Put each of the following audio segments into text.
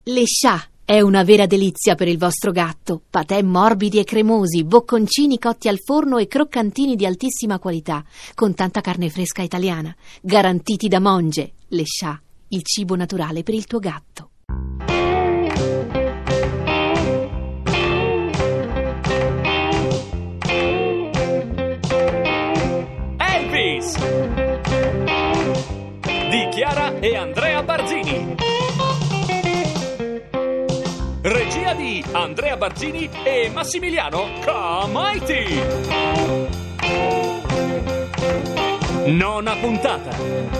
Le Chat è una vera delizia per il vostro gatto. Patè morbidi e cremosi, bocconcini cotti al forno e croccantini di altissima qualità, con tanta carne fresca italiana, garantiti da Monge. Le Chat, il cibo naturale per il tuo gatto. Elvis di Chiara e Andrea Barzini. Regia di Andrea Barzini e Massimiliano Comaiti. Nona puntata.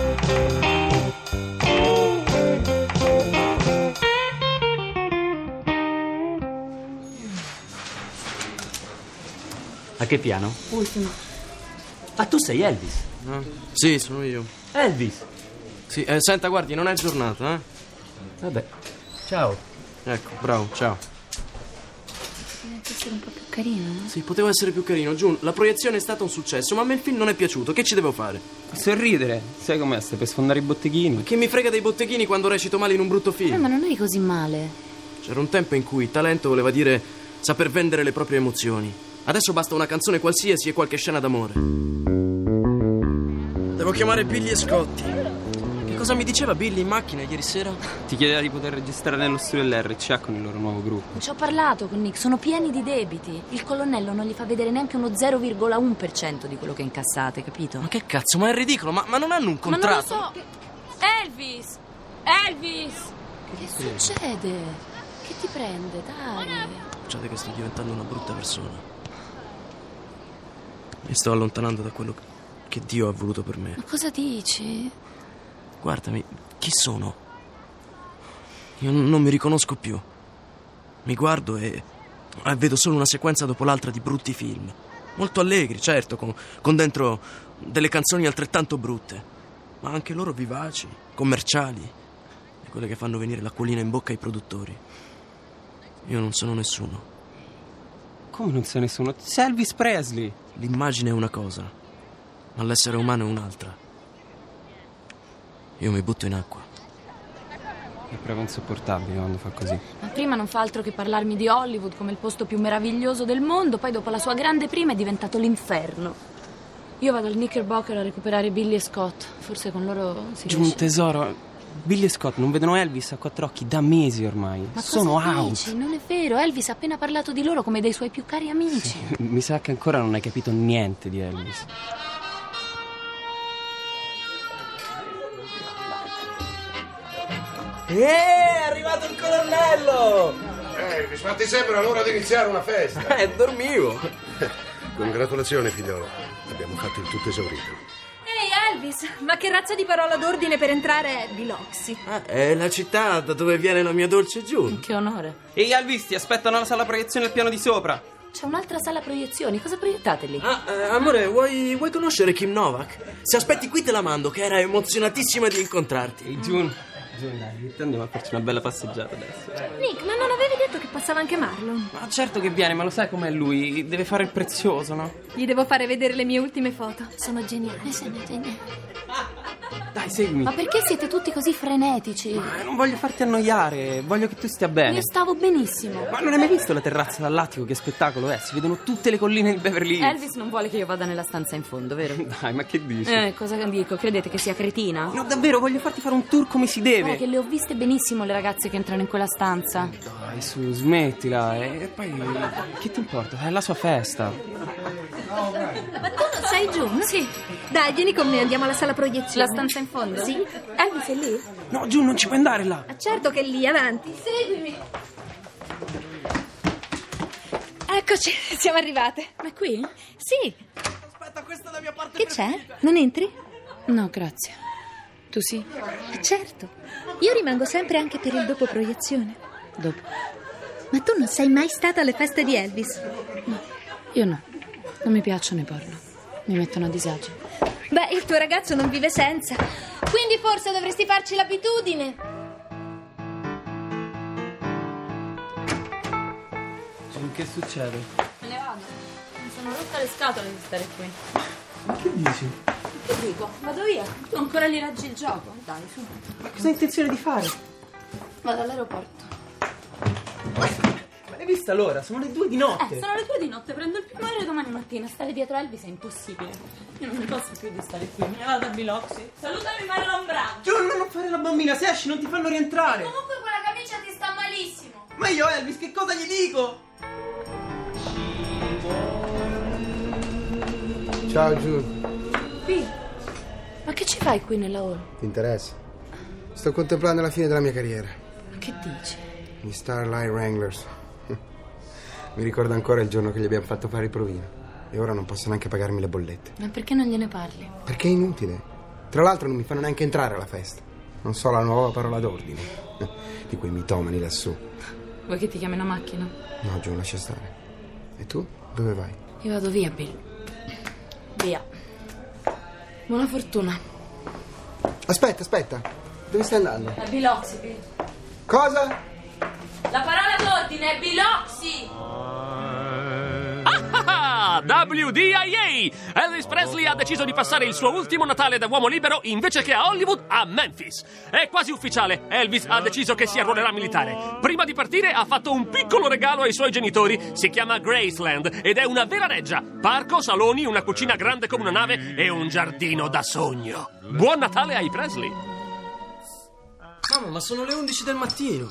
A che piano? Ultimo. Ah, tu sei Elvis? Sì, sono io. Elvis? Sì, senta, guardi, non è giornata, eh? Vabbè, ciao. Ecco, bravo, ciao. Deve essere un po' più carino, no? Sì, potevo essere più carino, Giù. La proiezione è stata un successo, ma a me il film non è piaciuto. Che ci devo fare? Sorridere, sai com'è? Stai per sfondare i botteghini. Che mi frega dei botteghini quando recito male in un brutto film? Ma non eri così male. C'era un tempo in cui talento voleva dire saper vendere le proprie emozioni. Adesso basta una canzone qualsiasi e qualche scena d'amore. Devo chiamare Billy e Scotty. Che cosa mi diceva Billy in macchina ieri sera? Ti chiedeva di poter registrare nello studio dell'RCA con il loro nuovo gruppo. Ci ho parlato con Nick, sono pieni di debiti. Il colonnello non gli fa vedere neanche uno 0,1% di quello che incassate, capito? Ma che cazzo, ma è ridicolo, ma non hanno un contratto? Ma non lo so. Elvis! Elvis! Che succede? Che ti prende, dai? Scusate che sto diventando una brutta persona. Mi sto allontanando da quello che Dio ha voluto per me. Ma cosa dici? Guardami, chi sono? Io non mi riconosco più. Mi guardo e vedo solo una sequenza dopo l'altra di brutti film. Molto allegri, certo, con dentro delle canzoni altrettanto brutte, ma anche loro vivaci, commerciali, e quelle che fanno venire l'acquolina in bocca ai produttori. Io non sono nessuno. Come non sei nessuno? Sei Elvis Presley. L'immagine è una cosa, ma l'essere umano è un'altra. Io mi butto in acqua. È proprio insopportabile quando fa così. Ma prima non fa altro che parlarmi di Hollywood come il posto più meraviglioso del mondo, poi dopo la sua grande prima è diventato l'inferno. Io vado al Knickerbocker a recuperare Billy e Scott. Forse con loro si Giù, riesce. tesoro, Billy e Scott non vedono Elvis a quattro occhi da mesi ormai. Ma sono cosa out. dici? Non è vero, Elvis ha appena parlato di loro come dei suoi più cari amici. Mi sa che ancora non hai capito niente di Elvis. È arrivato il colonnello! Elvis, ma ti sembra l'ora di iniziare una festa? Dormivo. Congratulazioni, figliolo. Abbiamo fatto il tutto esaurito. Ehi, Elvis, ma che razza di parola d'ordine per entrare è Biloxi? È la città da dove viene la mia dolce Giù. Che onore. Ehi Elvis, ti aspettano alla sala proiezione al piano di sopra. C'è un'altra sala proiezioni, cosa proiettate lì? Amore, vuoi conoscere Kim Novak? Se aspetti qui te la mando, che era emozionatissima di incontrarti. Ehi Giun, dai, andiamo a farci una bella passeggiata adesso. Nick, ma non avevi detto che passava anche Marlon? Ma certo che viene, ma lo sai com'è lui? Deve fare il prezioso, no? Gli devo fare vedere le mie ultime foto. Sono geniali. Dai, seguimi. Ma perché siete tutti così frenetici? Ma non voglio farti annoiare, voglio che tu stia bene. Io stavo benissimo. Ma non hai mai visto la terrazza dall'attico? Che spettacolo è? Si vedono tutte le colline di Beverly Hills. Elvis non vuole che io vada nella stanza in fondo, vero? Dai, ma che dici? Cosa dico? Credete che sia cretina? No, davvero, voglio farti fare un tour come si deve. Guarda che le ho viste benissimo le ragazze che entrano in quella stanza. Dai, su, smettila. E poi, che ti importa? È la sua festa. Ma tu non sei giù? Sì. Dai, vieni con me, andiamo alla sala proiezione. La stanza in fondo? Sì. Elvis è lì? No, giù, non ci puoi andare là. Ma certo che è lì, avanti. Seguimi. Eccoci, siamo arrivate. Ma è qui? Sì. Aspetta, questa è la mia parte. Che c'è? Non entri? No, grazie. Tu sì? Certo. Io rimango sempre anche per il dopo proiezione. Dopo. Ma tu non sei mai stata alle feste di Elvis? Io no. Non mi piacciono i porno. Mi mettono a disagio. Beh, il tuo ragazzo non vive senza. Quindi forse dovresti farci l'abitudine. Giù, che succede? Me ne vado. Mi sono rotta le scatole di stare qui. Ma che dici? Che dico? Vado via. Tu ancora gli raggi il gioco? Dai, su. Ma cosa hai intenzione di fare? Vado all'aeroporto. vista l'ora, sono le 2 di notte. Sono le 2 di notte, prendo il primo aereo domani mattina. Stare dietro Elvis è impossibile. Io non ne posso più di stare qui, me ne vado a Biloxi. Salutami Marlon Brando. Giù, non fare la bambina, se esci non ti fanno rientrare. Comunque quella camicia ti sta malissimo. Ma io, Elvis, che cosa gli dico? Ciao, Giù. Pi, ma che ci fai qui nella hall? Ti interessa? Sto contemplando la fine della mia carriera. Ma che dici? Gli Starlight Wranglers. Mi ricordo ancora il giorno che gli abbiamo fatto fare il provino. E ora non posso neanche pagarmi le bollette. Ma perché non gliene parli? Perché è inutile. Tra l'altro non mi fanno neanche entrare alla festa. Non so la nuova parola d'ordine. Di quei mitomani lassù. Vuoi che ti chiami una macchina? No, Giù, lascia stare. E tu? Dove vai? Io vado via, Bill. Via. Buona fortuna. Aspetta. Dove stai andando? A Biloxi, Bill. Cosa? La parola d'ordine è Biloxi! WDIA! Elvis Presley ha deciso di passare il suo ultimo Natale da uomo libero invece che a Hollywood a Memphis. È quasi ufficiale, Elvis ha deciso che si arruolerà militare. Prima di partire ha fatto un piccolo regalo ai suoi genitori, si chiama Graceland ed è una vera reggia. Parco, saloni, una cucina grande come una nave e un giardino da sogno. Buon Natale ai Presley! Mamma, ma sono le 11 del mattino.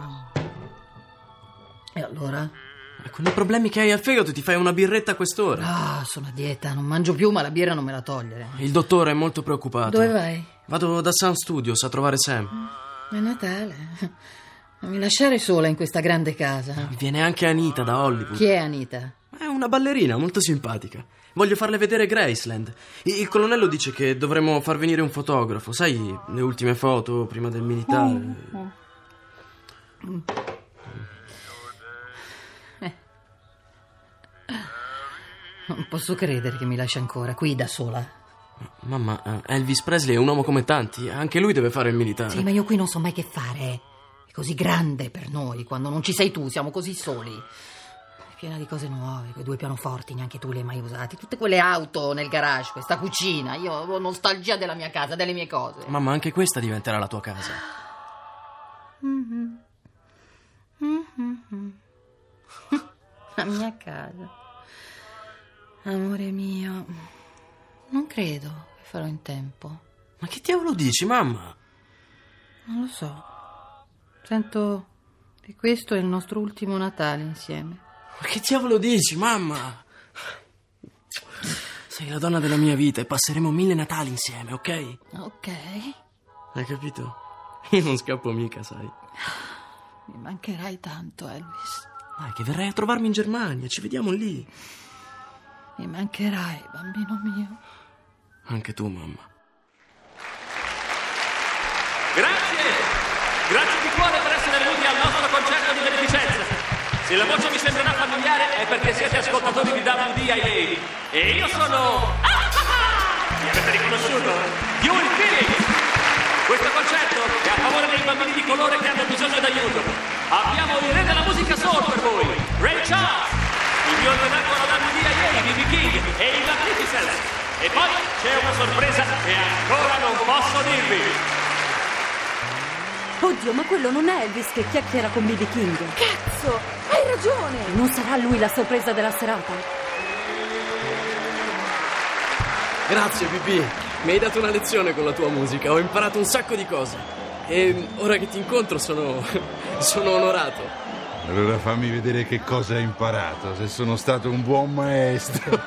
E allora? Con i problemi che hai al fegato ti fai una birretta a quest'ora. Ah, sono a dieta, non mangio più, ma la birra non me la togliere. Il dottore è molto preoccupato. Dove vai? Vado da Sound Studios a trovare Sam. È Natale. Non mi lasciare sola in questa grande casa. Viene anche Anita da Hollywood. Chi è Anita? È una ballerina molto simpatica. Voglio farle vedere Graceland. Il colonnello dice che dovremmo far venire un fotografo. Sai, le ultime foto prima del militare. Non posso credere che mi lasci ancora qui da sola. Mamma, Elvis Presley è un uomo come tanti. Anche lui deve fare il militare. Sì, ma io qui non so mai che fare. È così grande per noi. Quando non ci sei tu, siamo così soli. È piena di cose nuove. Quei 2 pianoforti, neanche tu li hai mai usati. Tutte quelle auto nel garage, questa cucina. Io ho nostalgia della mia casa, delle mie cose. Mamma, anche questa diventerà la tua casa. La mia casa. Amore mio, non credo che farò in tempo. Ma che diavolo dici, mamma? Non lo so. Sento che questo è il nostro ultimo Natale insieme. Ma che diavolo dici, mamma? Sei la donna della mia vita e passeremo 1000 Natali insieme, ok? Ok. Hai capito? Io non scappo mica, sai. Mi mancherai tanto, Elvis. Dai, che verrai a trovarmi in Germania, ci vediamo lì. Mi mancherai, bambino mio. Anche tu, mamma. Grazie di cuore per essere venuti al nostro concerto di beneficenza. Se la voce vi sembrerà familiare è perché siete ascoltatori di WDIA. E io sono... Mi avete riconosciuto? Huey Phillips. Questo concerto è a favore dei bambini di colore che hanno bisogno d'aiuto. Abbiamo il re della musica soul per voi, Ray Charles. Il mio allenatore alla WDIA, B.B. King e i Magnificents. E poi c'è una sorpresa che ancora non posso dirvi. Oddio, ma quello non è Elvis che chiacchiera con B.B. King. Cazzo, hai ragione. Non sarà lui la sorpresa della serata? Grazie, B.B. Mi hai dato una lezione con la tua musica. Ho imparato un sacco di cose. E ora che ti incontro sono onorato. Allora fammi vedere che cosa hai imparato, se sono stato un buon maestro.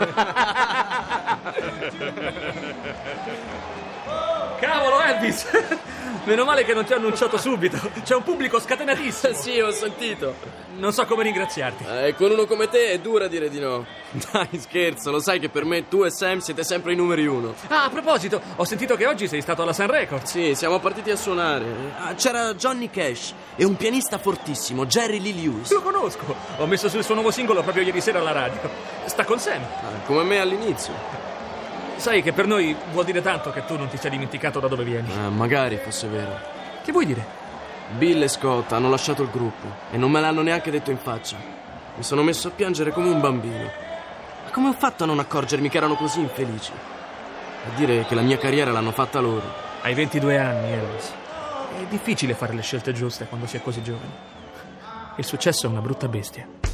Cavolo, Elvis! Meno male che non ti ho annunciato subito. C'è un pubblico scatenatissimo. Sì, ho sentito. Non so come ringraziarti. Con uno come te è dura dire di no. Dai, scherzo, lo sai che per me tu e Sam siete sempre i numeri 1. Ah, a proposito, ho sentito che oggi sei stato alla Sun Records. Sì, siamo partiti a suonare. C'era Johnny Cash e un pianista fortissimo, Jerry Lee Lewis. Lo conosco. Ho messo sul suo nuovo singolo proprio ieri sera alla radio. Sta con Sam. Come me all'inizio. Sai che per noi vuol dire tanto che tu non ti sia dimenticato da dove vieni. Magari fosse vero. Che vuoi dire? Bill e Scott hanno lasciato il gruppo e non me l'hanno neanche detto in faccia. Mi sono messo a piangere come un bambino. Ma come ho fatto a non accorgermi che erano così infelici? A dire che la mia carriera l'hanno fatta loro. Hai 22 anni, Elvis. È difficile fare le scelte giuste quando si è così giovani. Il successo è una brutta bestia.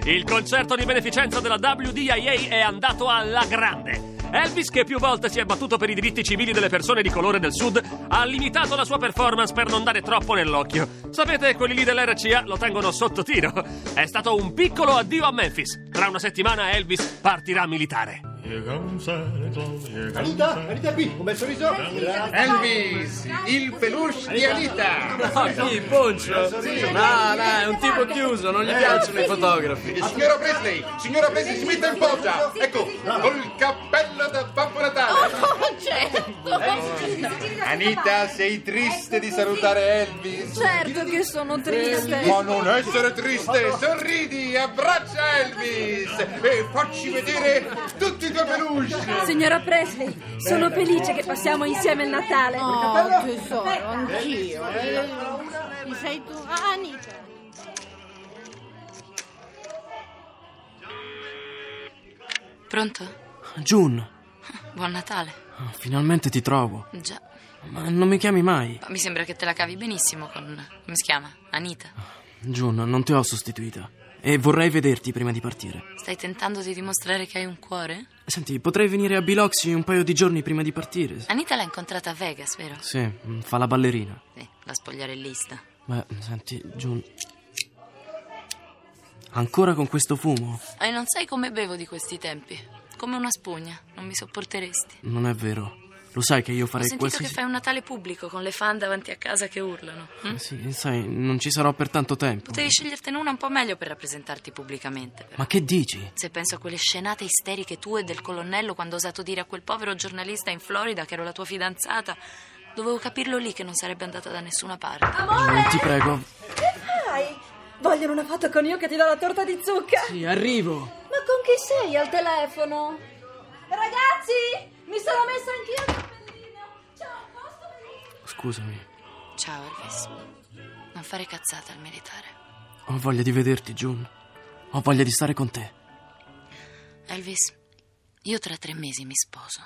Il concerto di beneficenza della WDIA è andato alla grande. Elvis, che più volte si è battuto per i diritti civili delle persone di colore del Sud, ha limitato la sua performance per non dare troppo nell'occhio. Sapete, quelli lì dell'RCA lo tengono sotto tiro. È stato un piccolo addio a Memphis. Tra una settimana Elvis partirà militare. Anita qui, un bel sorriso. Elvis, il peluche di Anita. No, chi? Poncio? No, è un tipo chiuso, non gli piacciono i fotografi. Signora Presley si metta in poggia. Ecco, col cappello da Babbo Natale. Oh, certo. Anita, sei triste di salutare Elvis? Certo che sono triste. Ma non essere triste, sorridi, abbraccia Elvis e facci vedere tutti i tuoi peluche. Signora Presley, sono felice che passiamo insieme il Natale. Oh, tesoro, anch'io. Chi sei tu? Anita. Pronto? June. Buon Natale. Finalmente ti trovo. Già. Ma non mi chiami mai. Ma mi sembra che te la cavi benissimo con... come si chiama? Anita. June, non ti ho sostituita. E vorrei vederti prima di partire. Stai tentando di dimostrare che hai un cuore? Senti, potrei venire a Biloxi un paio di giorni prima di partire. Anita l'ha incontrata a Vegas, vero? Sì, fa la ballerina. La spogliarellista. Beh, senti, June, ancora con questo fumo? E non sai come bevo di questi tempi. Come una spugna, non mi sopporteresti. Non è vero. Lo sai che io farei Ho sentito qualsiasi... che fai un Natale pubblico con le fan davanti a casa che urlano. Sì, sai, non ci sarò per tanto tempo. Potevi scegliertene una un po' meglio per rappresentarti pubblicamente, però. Ma che dici? Se penso a quelle scenate isteriche tue e del colonnello quando ho osato dire a quel povero giornalista in Florida che ero la tua fidanzata, dovevo capirlo lì che non sarebbe andata da nessuna parte. Amore! Ti prego. Che fai? Vogliono una foto con io che ti do la torta di zucca? Sì, arrivo. Ma con chi sei al telefono? Ragazzi, mi sono messa anch'io il cappellino. Ciao, posso venire? Scusami. Ciao, Elvis. Non fare cazzate al militare. Ho voglia di vederti, June. Ho voglia di stare con te. Elvis, io tra 3 mesi mi sposo.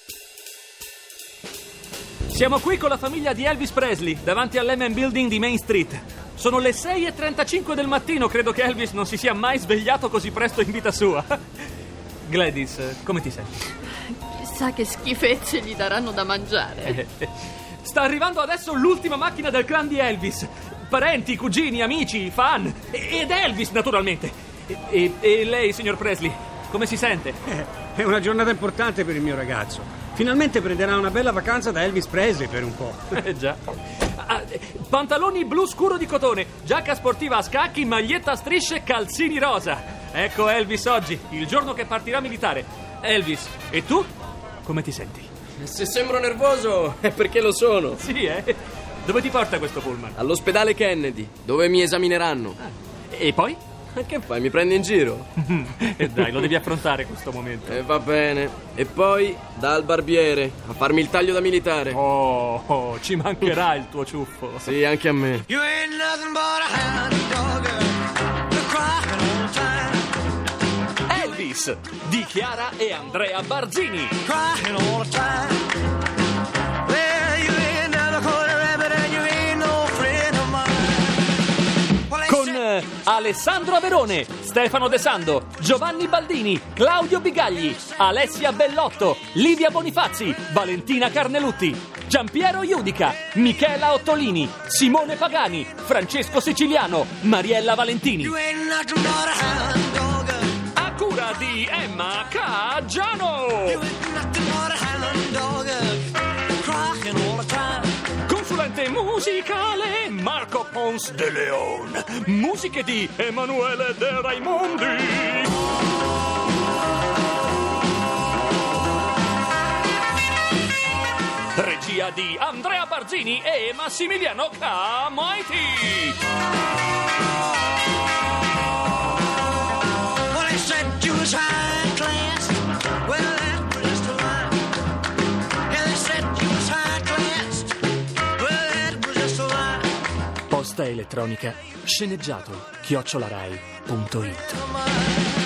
Siamo qui con la famiglia di Elvis Presley, davanti all'M Building di Main Street. Sono le 6:35 del mattino, credo che Elvis non si sia mai svegliato così presto in vita sua. Gladys, come ti senti? Chissà che schifezze gli daranno da mangiare. Sta arrivando adesso l'ultima macchina del clan di Elvis. Parenti, cugini, amici, fan. Ed Elvis, naturalmente. E lei, signor Presley, come si sente? È una giornata importante per il mio ragazzo. Finalmente prenderà una bella vacanza da Elvis Presley per un po'. Già. Pantaloni blu scuro di cotone, giacca sportiva a scacchi, maglietta a strisce, calzini rosa. Ecco Elvis oggi, il giorno che partirà militare. Elvis, e tu? Come ti senti? Se sembro nervoso è perché lo sono. Sì, Dove ti porta questo pullman? All'ospedale Kennedy, dove mi esamineranno. E poi? Che fai, mi prendi in giro? E dai, lo devi affrontare questo momento. Va bene. E poi dal barbiere a farmi il taglio da militare. Oh, ci mancherà il tuo ciuffo. Sì, anche a me. You ain't nothing but a hound dog, crying all the time. Elvis di Chiara e Andrea Barzini. Crying all the time. Well, you ain't never caught a rabbit and you ain't no friend of mine. Con Alessandro Averone, Stefano De Sando, Giovanni Baldini, Claudio Bigagli, Alessia Bellotto, Livia Bonifazzi, Valentina Carnelutti, Giampiero Iudica, Michela Ottolini, Simone Pagani, Francesco Siciliano, Mariella Valentini. You ain't nothing but a hound dog. A cura di Emma Caggiano. You ain't nothing but a hound dog, crying all the time. Consulente musicale Marco Pons de Leon. Musiche di Emanuele De Raimondi. Regia di Andrea Barzini e Massimiliano Camaiti. Well, they said you was high class. Well, that was just a lie. Yeah, they said you was high class. Well, that was just a lie. Posta elettronica sceneggiato @rai.it.